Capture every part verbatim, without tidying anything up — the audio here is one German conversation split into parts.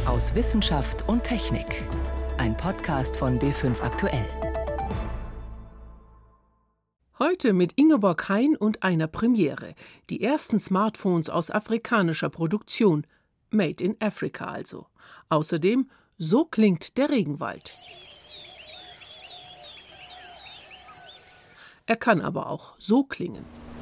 aus Wissenschaft und Technik. Ein Podcast von B fünf Aktuell. Heute mit Ingeborg Hein und einer Premiere. Die ersten Smartphones aus afrikanischer Produktion. Made in Africa also. Außerdem, so klingt der Regenwald. Er kann aber auch so klingen.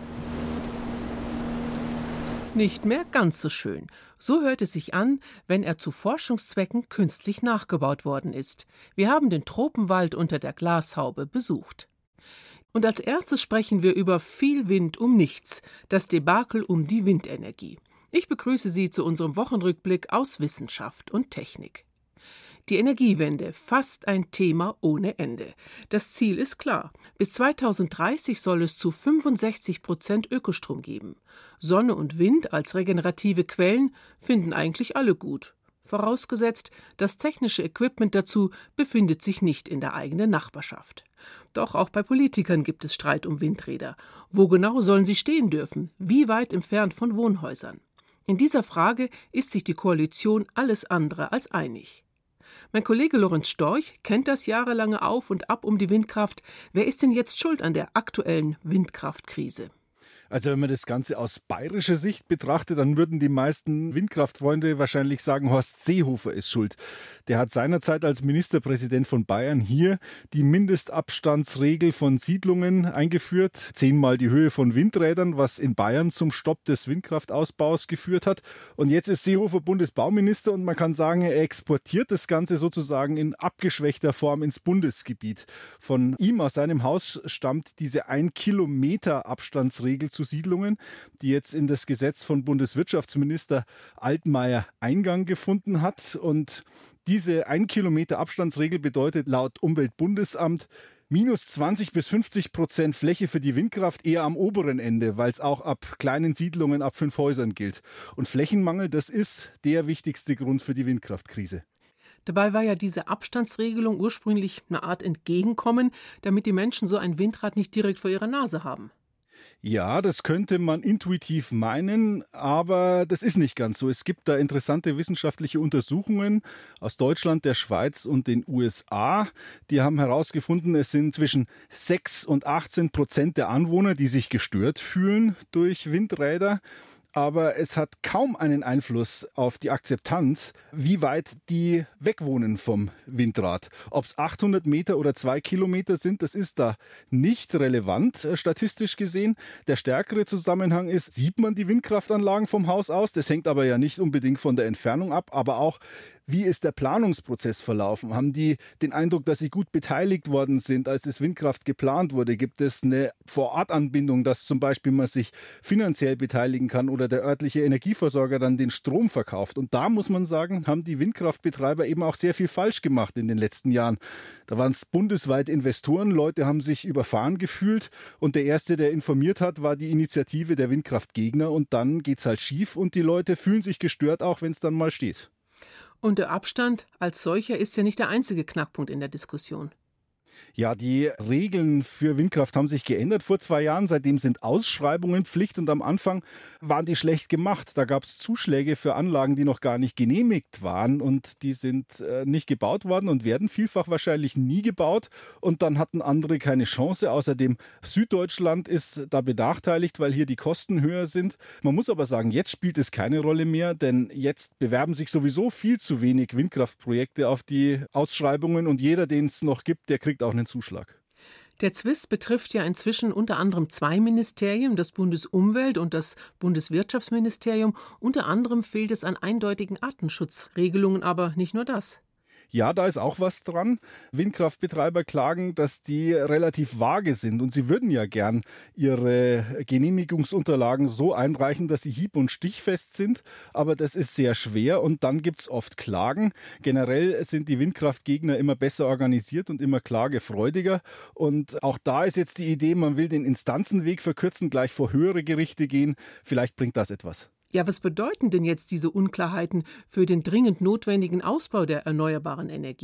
Nicht mehr ganz so schön. So hört es sich an, wenn er zu Forschungszwecken künstlich nachgebaut worden ist. Wir haben den Tropenwald unter der Glashaube besucht. Und als erstes sprechen wir über viel Wind um nichts, das Debakel um die Windenergie. Ich begrüße Sie zu unserem Wochenrückblick aus Wissenschaft und Technik. Die Energiewende, fast ein Thema ohne Ende. Das Ziel ist klar. Bis zweitausenddreißig soll es zu fünfundsechzig Prozent Ökostrom geben. Sonne und Wind als regenerative Quellen finden eigentlich alle gut. Vorausgesetzt, das technische Equipment dazu befindet sich nicht in der eigenen Nachbarschaft. Doch auch bei Politikern gibt es Streit um Windräder. Wo genau sollen sie stehen dürfen? Wie weit entfernt von Wohnhäusern? In dieser Frage ist sich die Koalition alles andere als einig. Mein Kollege Lorenz Storch kennt das jahrelange Auf und Ab um die Windkraft. Wer ist denn jetzt schuld an der aktuellen Windkraftkrise? Also wenn man das Ganze aus bayerischer Sicht betrachtet, dann würden die meisten Windkraftfreunde wahrscheinlich sagen, Horst Seehofer ist schuld. Der hat seinerzeit als Ministerpräsident von Bayern hier die Mindestabstandsregel von Siedlungen eingeführt. Zehnmal die Höhe von Windrädern, was in Bayern zum Stopp des Windkraftausbaus geführt hat. Und jetzt ist Seehofer Bundesbauminister und man kann sagen, er exportiert das Ganze sozusagen in abgeschwächter Form ins Bundesgebiet. Von ihm aus seinem Haus stammt diese Ein-Kilometer-Abstandsregel zu Siedlungen, die jetzt in das Gesetz von Bundeswirtschaftsminister Altmaier Eingang gefunden hat. Und diese Ein-Kilometer-Abstandsregel bedeutet laut Umweltbundesamt minus zwanzig bis fünfzig Prozent Fläche für die Windkraft eher am oberen Ende, weil es auch ab kleinen Siedlungen ab fünf Häusern gilt. Und Flächenmangel, das ist der wichtigste Grund für die Windkraftkrise. Dabei war ja diese Abstandsregelung ursprünglich eine Art Entgegenkommen, damit die Menschen so ein Windrad nicht direkt vor ihrer Nase haben. Ja, das könnte man intuitiv meinen, aber das ist nicht ganz so. Es gibt da interessante wissenschaftliche Untersuchungen aus Deutschland, der Schweiz und den U S A. Die haben herausgefunden, es sind zwischen sechs und achtzehn Prozent der Anwohner, die sich gestört fühlen durch Windräder. Aber es hat kaum einen Einfluss auf die Akzeptanz, wie weit die wegwohnen vom Windrad. Ob es achthundert Meter oder zwei Kilometer sind, das ist da nicht relevant, äh, statistisch gesehen. Der stärkere Zusammenhang ist, sieht man die Windkraftanlagen vom Haus aus? Das hängt aber ja nicht unbedingt von der Entfernung ab, aber auch, wie ist der Planungsprozess verlaufen? Haben die den Eindruck, dass sie gut beteiligt worden sind, als das Windkraft geplant wurde? Gibt es eine Vorortanbindung, dass zum Beispiel man sich finanziell beteiligen kann oder der örtliche Energieversorger dann den Strom verkauft? Und da muss man sagen, haben die Windkraftbetreiber eben auch sehr viel falsch gemacht in den letzten Jahren. Da waren es bundesweit Investoren, Leute haben sich überfahren gefühlt und der Erste, der informiert hat, war die Initiative der Windkraftgegner und dann geht's halt schief und die Leute fühlen sich gestört, auch wenn es dann mal steht. Und der Abstand als solcher ist ja nicht der einzige Knackpunkt in der Diskussion. Ja, die Regeln für Windkraft haben sich geändert vor zwei Jahren. Seitdem sind Ausschreibungen Pflicht und am Anfang waren die schlecht gemacht. Da gab es Zuschläge für Anlagen, die noch gar nicht genehmigt waren und die sind äh, nicht gebaut worden und werden vielfach wahrscheinlich nie gebaut. Und dann hatten andere keine Chance. Außerdem Süddeutschland ist da benachteiligt, weil hier die Kosten höher sind. Man muss aber sagen, jetzt spielt es keine Rolle mehr, denn jetzt bewerben sich sowieso viel zu wenig Windkraftprojekte auf die Ausschreibungen und jeder, den es noch gibt, der kriegt auch einen Zuschlag. Der Zwist betrifft ja inzwischen unter anderem zwei Ministerien, das Bundesumwelt- und das Bundeswirtschaftsministerium. Unter anderem fehlt es an eindeutigen Artenschutzregelungen, aber nicht nur das. Ja, da ist auch was dran. Windkraftbetreiber klagen, dass die relativ vage sind und sie würden ja gern ihre Genehmigungsunterlagen so einreichen, dass sie hieb- und stichfest sind, aber das ist sehr schwer und dann gibt's oft Klagen. Generell sind die Windkraftgegner immer besser organisiert und immer klagefreudiger und auch da ist jetzt die Idee, man will den Instanzenweg verkürzen, gleich vor höhere Gerichte gehen. Vielleicht bringt das etwas. Ja, was bedeuten denn jetzt diese Unklarheiten für den dringend notwendigen Ausbau der erneuerbaren Energien?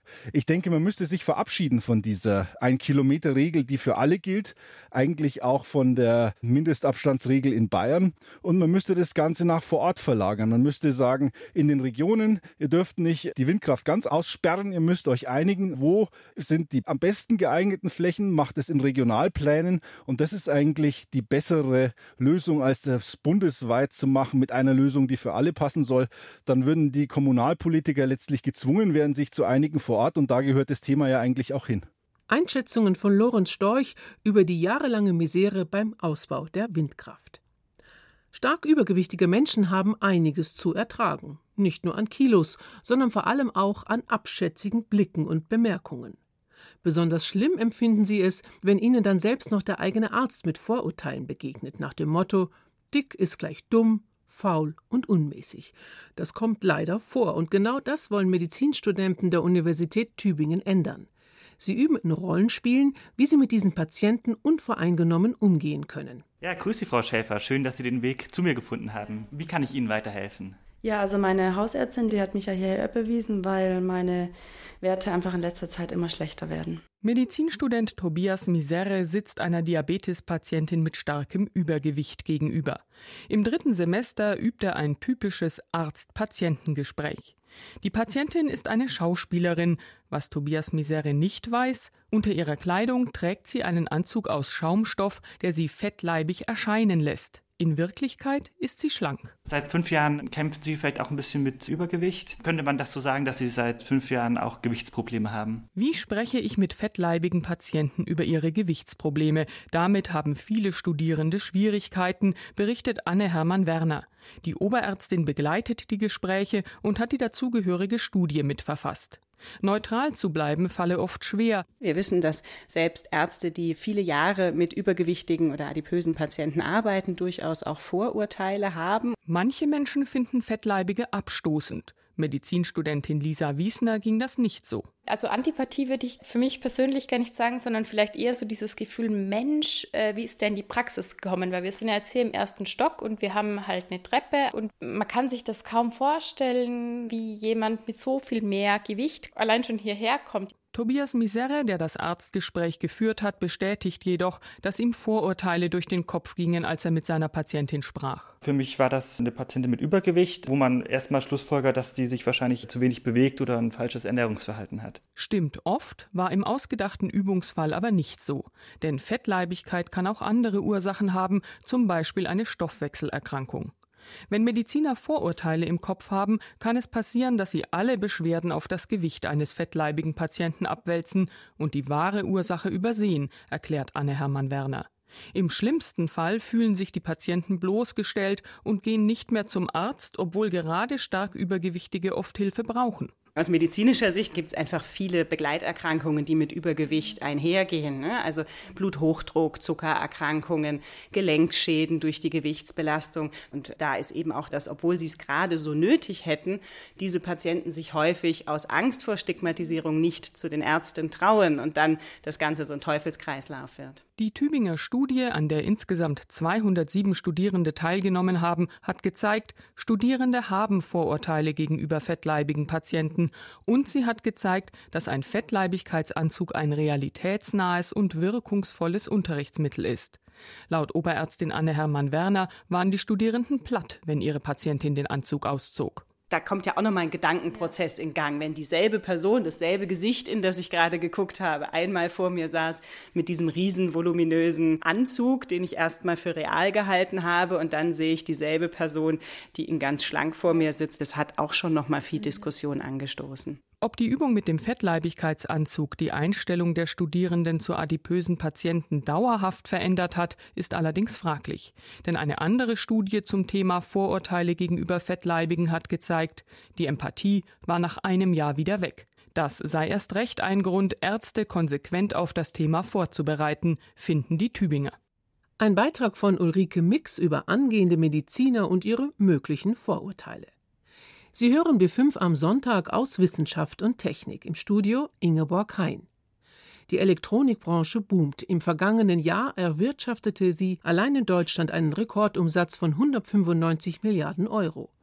Ich denke, man müsste sich verabschieden von dieser Ein-Kilometer-Regel, die für alle gilt, eigentlich auch von der Mindestabstandsregel in Bayern. Und man müsste das Ganze nach vor Ort verlagern. Man müsste sagen, in den Regionen, ihr dürft nicht die Windkraft ganz aussperren, ihr müsst euch einigen, wo sind die am besten geeigneten Flächen, macht es in Regionalplänen. Und das ist eigentlich die bessere Lösung, als das bundesweit zu machen mit einer Lösung, die für alle passen soll. Dann würden die Kommunalpolitiker letztlich gezwungen werden, sich zu einigen vor Ort. Und da gehört das Thema ja eigentlich auch hin. Einschätzungen von Lorenz Storch über die jahrelange Misere beim Ausbau der Windkraft. Stark übergewichtige Menschen haben einiges zu ertragen. Nicht nur an Kilos, sondern vor allem auch an abschätzigen Blicken und Bemerkungen. Besonders schlimm empfinden sie es, wenn ihnen dann selbst noch der eigene Arzt mit Vorurteilen begegnet, nach dem Motto: dick ist gleich dumm, faul und unmäßig. Das kommt leider vor und genau das wollen Medizinstudenten der Universität Tübingen ändern. Sie üben in Rollenspielen, wie sie mit diesen Patienten unvoreingenommen umgehen können. Ja, grüß Sie, Frau Schäfer. Schön, dass Sie den Weg zu mir gefunden haben. Wie kann ich Ihnen weiterhelfen? Ja, also meine Hausärztin, die hat mich ja hierher überwiesen, weil meine Werte einfach in letzter Zeit immer schlechter werden. Medizinstudent Tobias Misere sitzt einer Diabetespatientin mit starkem Übergewicht gegenüber. Im dritten Semester übt er ein typisches Arzt-Patienten-Gespräch. Die Patientin ist eine Schauspielerin. Was Tobias Misere nicht weiß: unter ihrer Kleidung trägt sie einen Anzug aus Schaumstoff, der sie fettleibig erscheinen lässt. In Wirklichkeit ist sie schlank. Seit fünf Jahren kämpfen Sie vielleicht auch ein bisschen mit Übergewicht. Könnte man das so sagen, dass Sie seit fünf Jahren auch Gewichtsprobleme haben? Wie spreche ich mit fettleibigen Patienten über ihre Gewichtsprobleme? Damit haben viele Studierende Schwierigkeiten, berichtet Anne Hermann-Werner. Die Oberärztin begleitet die Gespräche und hat die dazugehörige Studie mitverfasst. Neutral zu bleiben falle oft schwer. Wir wissen, dass selbst Ärzte, die viele Jahre mit übergewichtigen oder adipösen Patienten arbeiten, durchaus auch Vorurteile haben. Manche Menschen finden Fettleibige abstoßend. Medizinstudentin Lisa Wiesner ging das nicht so. Also Antipathie würde ich für mich persönlich gar nicht sagen, sondern vielleicht eher so dieses Gefühl, Mensch, äh, wie ist der in die Praxis gekommen? Weil wir sind ja jetzt hier im ersten Stock und wir haben halt eine Treppe und man kann sich das kaum vorstellen, wie jemand mit so viel mehr Gewicht allein schon hierher kommt. Tobias Misere, der das Arztgespräch geführt hat, bestätigt jedoch, dass ihm Vorurteile durch den Kopf gingen, als er mit seiner Patientin sprach. Für mich war das eine Patientin mit Übergewicht, wo man erstmal schlussfolgert, dass die sich wahrscheinlich zu wenig bewegt oder ein falsches Ernährungsverhalten hat. Stimmt oft, war im ausgedachten Übungsfall aber nicht so. Denn Fettleibigkeit kann auch andere Ursachen haben, zum Beispiel eine Stoffwechselerkrankung. Wenn Mediziner Vorurteile im Kopf haben, kann es passieren, dass sie alle Beschwerden auf das Gewicht eines fettleibigen Patienten abwälzen und die wahre Ursache übersehen, erklärt Anne Hermann-Werner. Im schlimmsten Fall fühlen sich die Patienten bloßgestellt und gehen nicht mehr zum Arzt, obwohl gerade stark Übergewichtige oft Hilfe brauchen. Aus medizinischer Sicht gibt es einfach viele Begleiterkrankungen, die mit Übergewicht einhergehen. Ne? Also Bluthochdruck, Zuckererkrankungen, Gelenkschäden durch die Gewichtsbelastung. Und da ist eben auch das, obwohl sie es gerade so nötig hätten, diese Patienten sich häufig aus Angst vor Stigmatisierung nicht zu den Ärzten trauen und dann das Ganze so ein Teufelskreislauf wird. Die Tübinger Studie, an der insgesamt zweihundertsieben Studierende teilgenommen haben, hat gezeigt, Studierende haben Vorurteile gegenüber fettleibigen Patienten. Und sie hat gezeigt, dass ein Fettleibigkeitsanzug ein realitätsnahes und wirkungsvolles Unterrichtsmittel ist. Laut Oberärztin Anne Hermann-Werner waren die Studierenden platt, wenn ihre Patientin den Anzug auszog. Da kommt ja auch nochmal ein Gedankenprozess in Gang, wenn dieselbe Person, dasselbe Gesicht, in das ich gerade geguckt habe, einmal vor mir saß mit diesem riesen voluminösen Anzug, den ich erstmal für real gehalten habe, und dann sehe ich dieselbe Person, die in ganz schlank vor mir sitzt. Das hat auch schon nochmal viel Diskussion angestoßen. Ob die Übung mit dem Fettleibigkeitsanzug die Einstellung der Studierenden zu adipösen Patienten dauerhaft verändert hat, ist allerdings fraglich. Denn eine andere Studie zum Thema Vorurteile gegenüber Fettleibigen hat gezeigt, die Empathie war nach einem Jahr wieder weg. Das sei erst recht ein Grund, Ärzte konsequent auf das Thema vorzubereiten, finden die Tübinger. Ein Beitrag von Ulrike Mix über angehende Mediziner und ihre möglichen Vorurteile. Sie hören B fünf am Sonntag aus Wissenschaft und Technik. Im Studio Ingeborg Hein. Die Elektronikbranche boomt. Im vergangenen Jahr erwirtschaftete sie allein in Deutschland einen Rekordumsatz von hundertfünfundneunzig Milliarden Euro.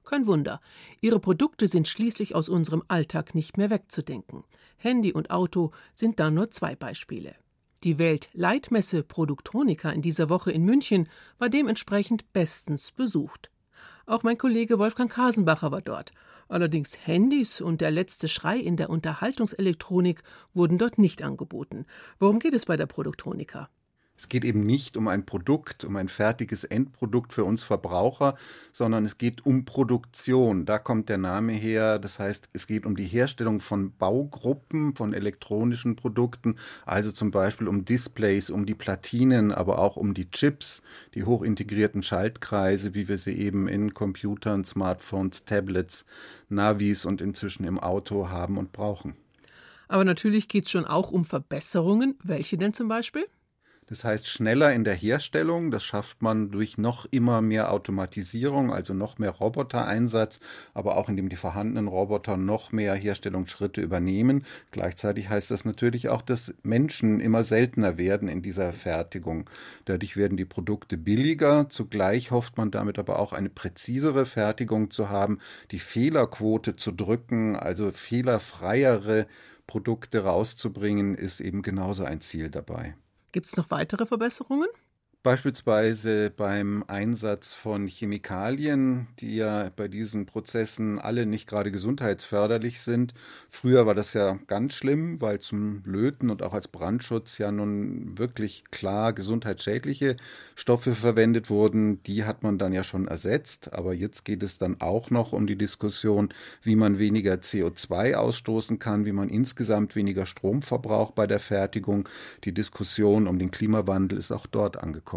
Kein Wunder. Ihre Produkte sind schließlich aus unserem Alltag nicht mehr wegzudenken. Handy und Auto sind da nur zwei Beispiele. Die Welt-Leitmesse Produktronika in dieser Woche in München war dementsprechend bestens besucht. Auch mein Kollege Wolfgang Kasenbacher war dort. Allerdings Handys und der letzte Schrei in der Unterhaltungselektronik wurden dort nicht angeboten. Worum geht es bei der Produktronika? Es geht eben nicht um ein Produkt, um ein fertiges Endprodukt für uns Verbraucher, sondern es geht um Produktion. Da kommt der Name her. Das heißt, es geht um die Herstellung von Baugruppen, von elektronischen Produkten, also zum Beispiel um Displays, um die Platinen, aber auch um die Chips, die hochintegrierten Schaltkreise, wie wir sie eben in Computern, Smartphones, Tablets, Navis und inzwischen im Auto haben und brauchen. Aber natürlich geht es schon auch um Verbesserungen. Welche denn zum Beispiel? Das heißt, schneller in der Herstellung, das schafft man durch noch immer mehr Automatisierung, also noch mehr Robotereinsatz, aber auch indem die vorhandenen Roboter noch mehr Herstellungsschritte übernehmen. Gleichzeitig heißt das natürlich auch, dass Menschen immer seltener werden in dieser Fertigung. Dadurch werden die Produkte billiger, zugleich hofft man damit aber auch eine präzisere Fertigung zu haben, die Fehlerquote zu drücken, also fehlerfreiere Produkte rauszubringen, ist eben genauso ein Ziel dabei. Gibt es noch weitere Verbesserungen? Beispielsweise beim Einsatz von Chemikalien, die ja bei diesen Prozessen alle nicht gerade gesundheitsförderlich sind. Früher war das ja ganz schlimm, weil zum Löten und auch als Brandschutz ja nun wirklich klar gesundheitsschädliche Stoffe verwendet wurden. Die hat man dann ja schon ersetzt. Aber jetzt geht es dann auch noch um die Diskussion, wie man weniger C O zwei ausstoßen kann, wie man insgesamt weniger Strom verbraucht bei der Fertigung. Die Diskussion um den Klimawandel ist auch dort angekommen.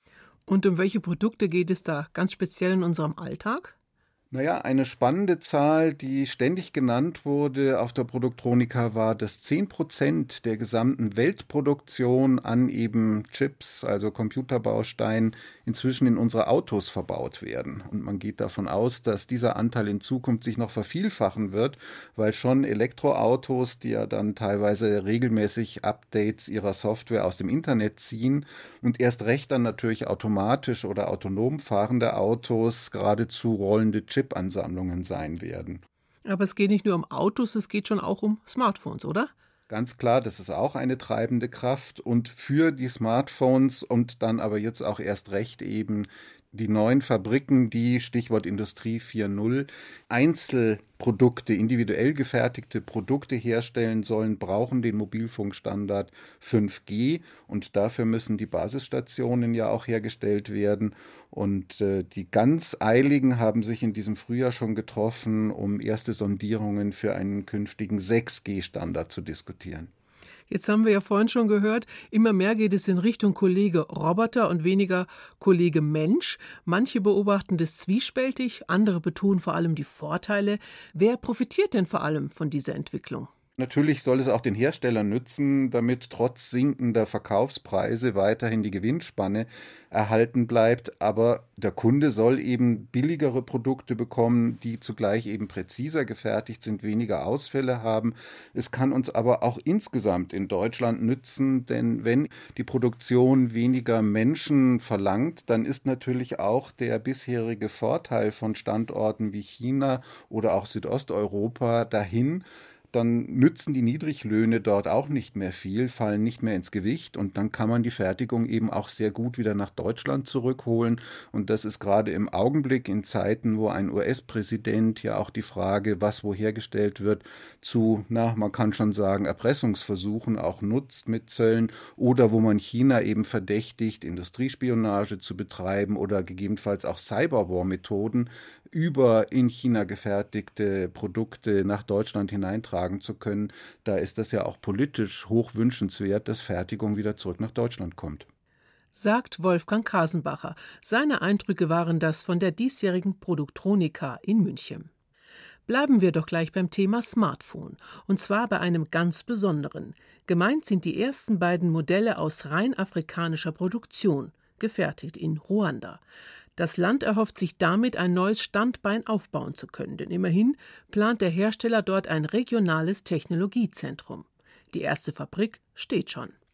Und um welche Produkte geht es da ganz speziell in unserem Alltag? Naja, eine spannende Zahl, die ständig genannt wurde auf der Produktronika, war, dass zehn Prozent der gesamten Weltproduktion an eben Chips, also Computerbausteinen, inzwischen in unsere Autos verbaut werden. Und man geht davon aus, dass dieser Anteil in Zukunft sich noch vervielfachen wird, weil schon Elektroautos, die ja dann teilweise regelmäßig Updates ihrer Software aus dem Internet ziehen und erst recht dann natürlich automatisch oder autonom fahrende Autos geradezu rollende Chip-Ansammlungen sein werden. Aber es geht nicht nur um Autos, es geht schon auch um Smartphones, oder? Ganz klar, das ist auch eine treibende Kraft und für die Smartphones und dann aber jetzt auch erst recht eben die neuen Fabriken, die, Stichwort Industrie vier Punkt null, Einzelprodukte, individuell gefertigte Produkte herstellen sollen, brauchen den Mobilfunkstandard fünf G und dafür müssen die Basisstationen ja auch hergestellt werden. Und äh, die ganz Eiligen haben sich in diesem Frühjahr schon getroffen, um erste Sondierungen für einen künftigen sechs G Standard zu diskutieren. Jetzt haben wir ja vorhin schon gehört, immer mehr geht es in Richtung Kollege Roboter und weniger Kollege Mensch. Manche beobachten das zwiespältig, andere betonen vor allem die Vorteile. Wer profitiert denn vor allem von dieser Entwicklung? Natürlich soll es auch den Herstellern nützen, damit trotz sinkender Verkaufspreise weiterhin die Gewinnspanne erhalten bleibt. Aber der Kunde soll eben billigere Produkte bekommen, die zugleich eben präziser gefertigt sind, weniger Ausfälle haben. Es kann uns aber auch insgesamt in Deutschland nützen, denn wenn die Produktion weniger Menschen verlangt, dann ist natürlich auch der bisherige Vorteil von Standorten wie China oder auch Südosteuropa dahin. Dann nützen die Niedriglöhne dort auch nicht mehr viel, fallen nicht mehr ins Gewicht und dann kann man die Fertigung eben auch sehr gut wieder nach Deutschland zurückholen. Und das ist gerade im Augenblick in Zeiten, wo ein U S-Präsident ja auch die Frage, was wo hergestellt wird, zu, na, man kann schon sagen, Erpressungsversuchen auch nutzt mit Zöllen oder wo man China eben verdächtigt, Industriespionage zu betreiben oder gegebenenfalls auch Cyberwar-Methoden über in China gefertigte Produkte nach Deutschland hineintragen zu können. Da ist das ja auch politisch hoch wünschenswert, dass Fertigung wieder zurück nach Deutschland kommt. Sagt Wolfgang Kasenbacher. Seine Eindrücke waren das von der diesjährigen Produktronika in München. Bleiben wir doch gleich beim Thema Smartphone, und zwar bei einem ganz besonderen. Gemeint sind die ersten beiden Modelle aus rein afrikanischer Produktion, gefertigt in Ruanda. Das Land erhofft sich damit, ein neues Standbein aufbauen zu können, denn immerhin plant der Hersteller dort ein regionales Technologiezentrum. Die erste Fabrik steht schon.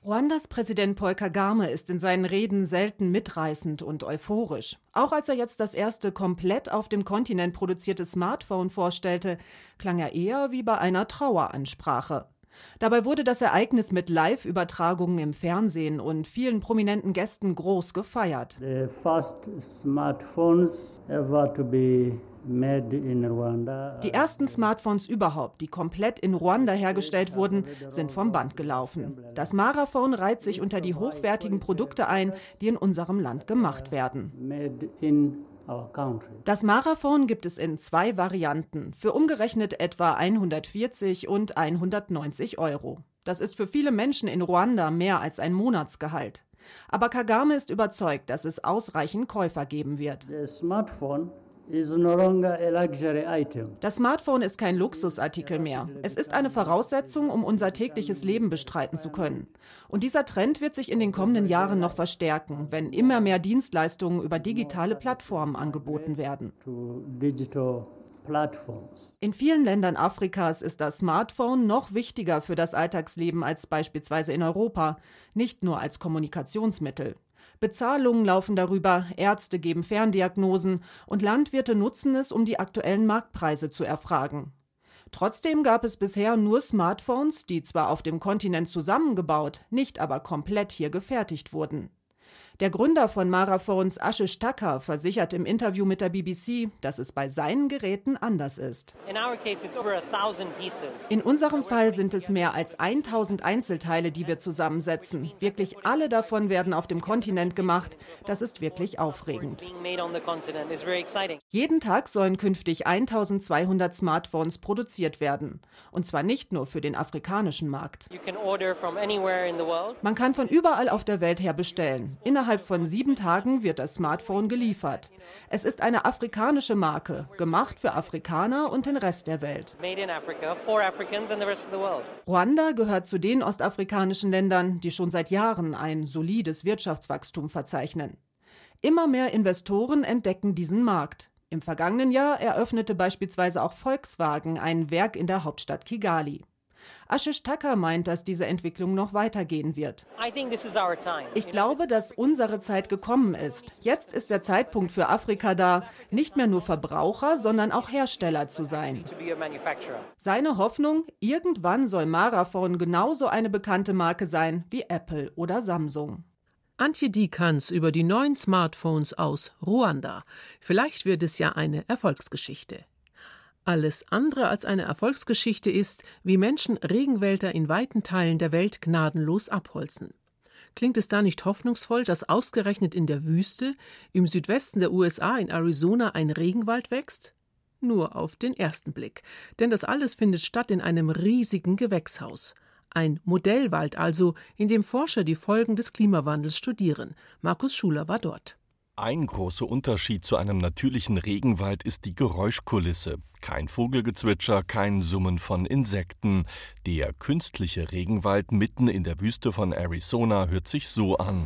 Ruandas Präsident Paul Kagame ist in seinen Reden selten mitreißend und euphorisch. Auch als er jetzt das erste komplett auf dem Kontinent produzierte Smartphone vorstellte, klang er eher wie bei einer Traueransprache. Dabei wurde das Ereignis mit Live-Übertragungen im Fernsehen und vielen prominenten Gästen groß gefeiert. The first smartphones ever to be made in Rwanda. Die ersten Smartphones überhaupt, die komplett in Ruanda hergestellt wurden, sind vom Band gelaufen. Das Maraphone reiht sich unter die hochwertigen Produkte ein, die in unserem Land gemacht werden. Made in Das Maraphone gibt es in zwei Varianten, für umgerechnet etwa hundertvierzig und hundertneunzig Euro. Das ist für viele Menschen in Ruanda mehr als ein Monatsgehalt. Aber Kagame ist überzeugt, dass es ausreichend Käufer geben wird. Das Smartphone is no longer a luxury item. Das Smartphone ist kein Luxusartikel mehr. Es ist eine Voraussetzung, um unser tägliches Leben bestreiten zu können. Und dieser Trend wird sich in den kommenden Jahren noch verstärken, wenn immer mehr Dienstleistungen über digitale Plattformen angeboten werden. In vielen Ländern Afrikas ist das Smartphone noch wichtiger für das Alltagsleben als beispielsweise in Europa, nicht nur als Kommunikationsmittel. Bezahlungen laufen darüber, Ärzte geben Ferndiagnosen und Landwirte nutzen es, um die aktuellen Marktpreise zu erfragen. Trotzdem gab es bisher nur Smartphones, die zwar auf dem Kontinent zusammengebaut, nicht aber komplett hier gefertigt wurden. Der Gründer von Maraphones, Ashish Thakkar, versichert im Interview mit der B B C, dass es bei seinen Geräten anders ist. In unserem Fall sind es mehr als tausend Einzelteile, die wir zusammensetzen. Wirklich alle davon werden auf dem Kontinent gemacht. Das ist wirklich aufregend. Jeden Tag sollen künftig eintausendzweihundert Smartphones produziert werden. Und zwar nicht nur für den afrikanischen Markt. Man kann von überall auf der Welt her bestellen. Innerhalb von sieben Tagen wird das Smartphone geliefert. Es ist eine afrikanische Marke, gemacht für Afrikaner und den Rest der Welt. Ruanda gehört zu den ostafrikanischen Ländern, die schon seit Jahren ein solides Wirtschaftswachstum verzeichnen. Immer mehr Investoren entdecken diesen Markt. Im vergangenen Jahr eröffnete beispielsweise auch Volkswagen ein Werk in der Hauptstadt Kigali. Ashish Thakkar meint, dass diese Entwicklung noch weitergehen wird. Ich glaube, dass unsere Zeit gekommen ist. Jetzt ist der Zeitpunkt für Afrika da, nicht mehr nur Verbraucher, sondern auch Hersteller zu sein. Seine Hoffnung, irgendwann soll Maraphone genauso eine bekannte Marke sein wie Apple oder Samsung. Antje Dieckans über die neuen Smartphones aus Ruanda. Vielleicht wird es ja eine Erfolgsgeschichte. Alles andere als eine Erfolgsgeschichte ist, wie Menschen Regenwälder in weiten Teilen der Welt gnadenlos abholzen. Klingt es da nicht hoffnungsvoll, dass ausgerechnet in der Wüste, im Südwesten der U S A in Arizona, ein Regenwald wächst? Nur auf den ersten Blick. Denn das alles findet statt in einem riesigen Gewächshaus. Ein Modellwald also, in dem Forscher die Folgen des Klimawandels studieren. Markus Schuler war dort. Ein großer Unterschied zu einem natürlichen Regenwald ist die Geräuschkulisse. Kein Vogelgezwitscher, kein Summen von Insekten. Der künstliche Regenwald mitten in der Wüste von Arizona hört sich so an.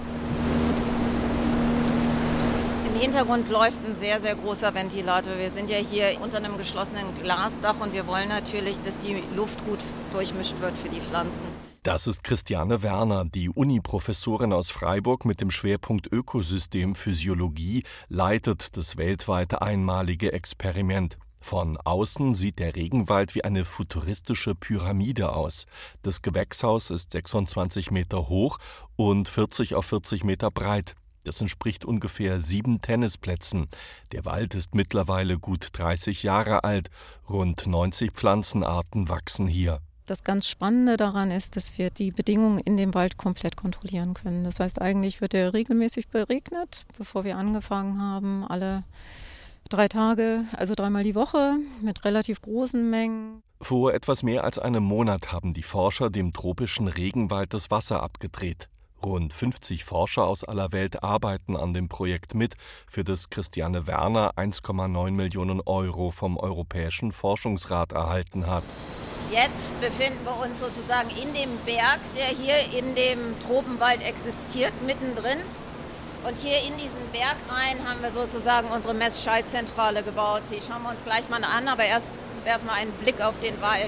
Im Hintergrund läuft ein sehr, sehr großer Ventilator. Wir sind ja hier unter einem geschlossenen Glasdach und wir wollen natürlich, dass die Luft gut durchmischt wird für die Pflanzen. Das ist Christiane Werner, die Uni-Professorin aus Freiburg mit dem Schwerpunkt Ökosystemphysiologie, leitet das weltweit einmalige Experiment. Von außen sieht der Regenwald wie eine futuristische Pyramide aus. Das Gewächshaus ist sechsundzwanzig Meter hoch und vierzig auf vierzig Meter breit. Das entspricht ungefähr sieben Tennisplätzen. Der Wald ist mittlerweile gut dreißig Jahre alt. Rund neunzig Pflanzenarten wachsen hier. Das ganz Spannende daran ist, dass wir die Bedingungen in dem Wald komplett kontrollieren können. Das heißt, eigentlich wird er regelmäßig beregnet, bevor wir angefangen haben, alle drei Tage, also dreimal die Woche mit relativ großen Mengen. Vor etwas mehr als einem Monat haben die Forscher dem tropischen Regenwald das Wasser abgedreht. Rund fünfzig Forscher aus aller Welt arbeiten an dem Projekt mit, für das Christiane Werner eins Komma neun Millionen Euro vom Europäischen Forschungsrat erhalten hat. Jetzt befinden wir uns sozusagen in dem Berg, der hier in dem Tropenwald existiert, mittendrin. Und hier in diesen Berg rein haben wir sozusagen unsere Messschallzentrale gebaut. Die schauen wir uns gleich mal an, aber erst werfen wir einen Blick auf den Wald.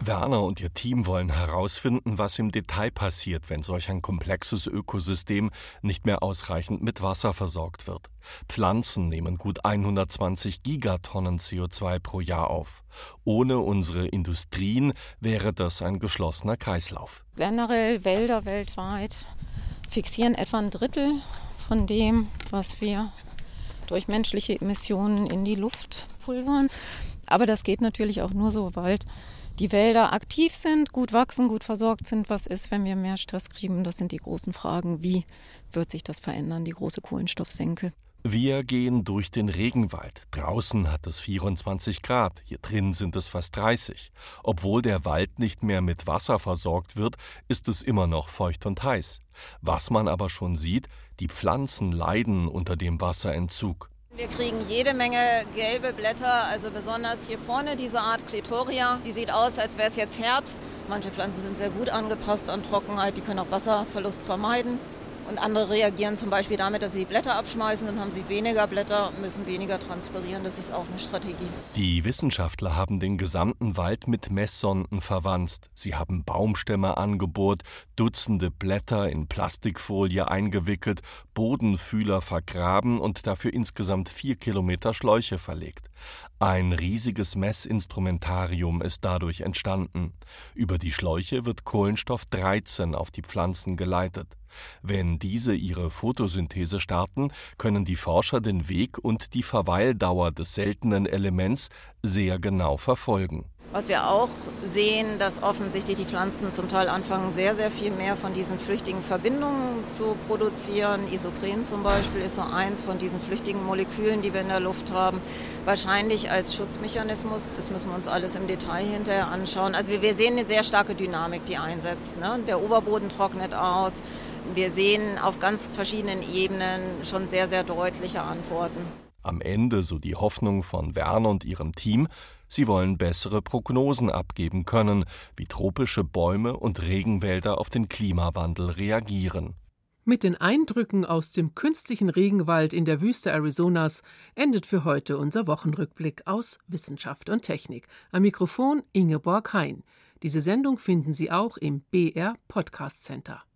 Werner und ihr Team wollen herausfinden, was im Detail passiert, wenn solch ein komplexes Ökosystem nicht mehr ausreichend mit Wasser versorgt wird. Pflanzen nehmen gut hundertzwanzig Gigatonnen C O zwei pro Jahr auf. Ohne unsere Industrien wäre das ein geschlossener Kreislauf. Generell Wälder weltweit fixieren etwa ein Drittel von dem, was wir durch menschliche Emissionen in die Luft pulvern. Aber das geht natürlich auch nur so, weil die Wälder aktiv sind, gut wachsen, gut versorgt sind. Was ist, wenn wir mehr Stress kriegen? Das sind die großen Fragen. Wie wird sich das verändern, die große Kohlenstoffsenke? Wir gehen durch den Regenwald. Draußen hat es vierundzwanzig Grad, hier drin sind es fast dreißig. Obwohl der Wald nicht mehr mit Wasser versorgt wird, ist es immer noch feucht und heiß. Was man aber schon sieht, die Pflanzen leiden unter dem Wasserentzug. Wir kriegen jede Menge gelbe Blätter, also besonders hier vorne diese Art Clitoria. Die sieht aus, als wäre es jetzt Herbst. Manche Pflanzen sind sehr gut angepasst an Trockenheit, die können auch Wasserverlust vermeiden. Und andere reagieren zum Beispiel damit, dass sie die Blätter abschmeißen, dann haben sie weniger Blätter, müssen weniger transpirieren. Das ist auch eine Strategie. Die Wissenschaftler haben den gesamten Wald mit Messsonden verwanzt. Sie haben Baumstämme angebohrt, Dutzende Blätter in Plastikfolie eingewickelt, Bodenfühler vergraben und dafür insgesamt vier Kilometer Schläuche verlegt. Ein riesiges Messinstrumentarium ist dadurch entstanden. Über die Schläuche wird Kohlenstoff dreizehn auf die Pflanzen geleitet. Wenn diese ihre Photosynthese starten, können die Forscher den Weg und die Verweildauer des seltenen Elements sehr genau verfolgen. Was wir auch sehen, dass offensichtlich die Pflanzen zum Teil anfangen, sehr, sehr viel mehr von diesen flüchtigen Verbindungen zu produzieren. Isopren zum Beispiel ist so eins von diesen flüchtigen Molekülen, die wir in der Luft haben. Wahrscheinlich als Schutzmechanismus, das müssen wir uns alles im Detail hinterher anschauen. Also wir, wir sehen eine sehr starke Dynamik, die einsetzt. Ne? Der Oberboden trocknet aus. Wir sehen auf ganz verschiedenen Ebenen schon sehr, sehr deutliche Antworten. Am Ende, so die Hoffnung von Werner und ihrem Team, sie wollen bessere Prognosen abgeben können, wie tropische Bäume und Regenwälder auf den Klimawandel reagieren. Mit den Eindrücken aus dem künstlichen Regenwald in der Wüste Arizonas endet für heute unser Wochenrückblick aus Wissenschaft und Technik. Am Mikrofon Ingeborg Hein. Diese Sendung finden Sie auch im B R Podcast Center.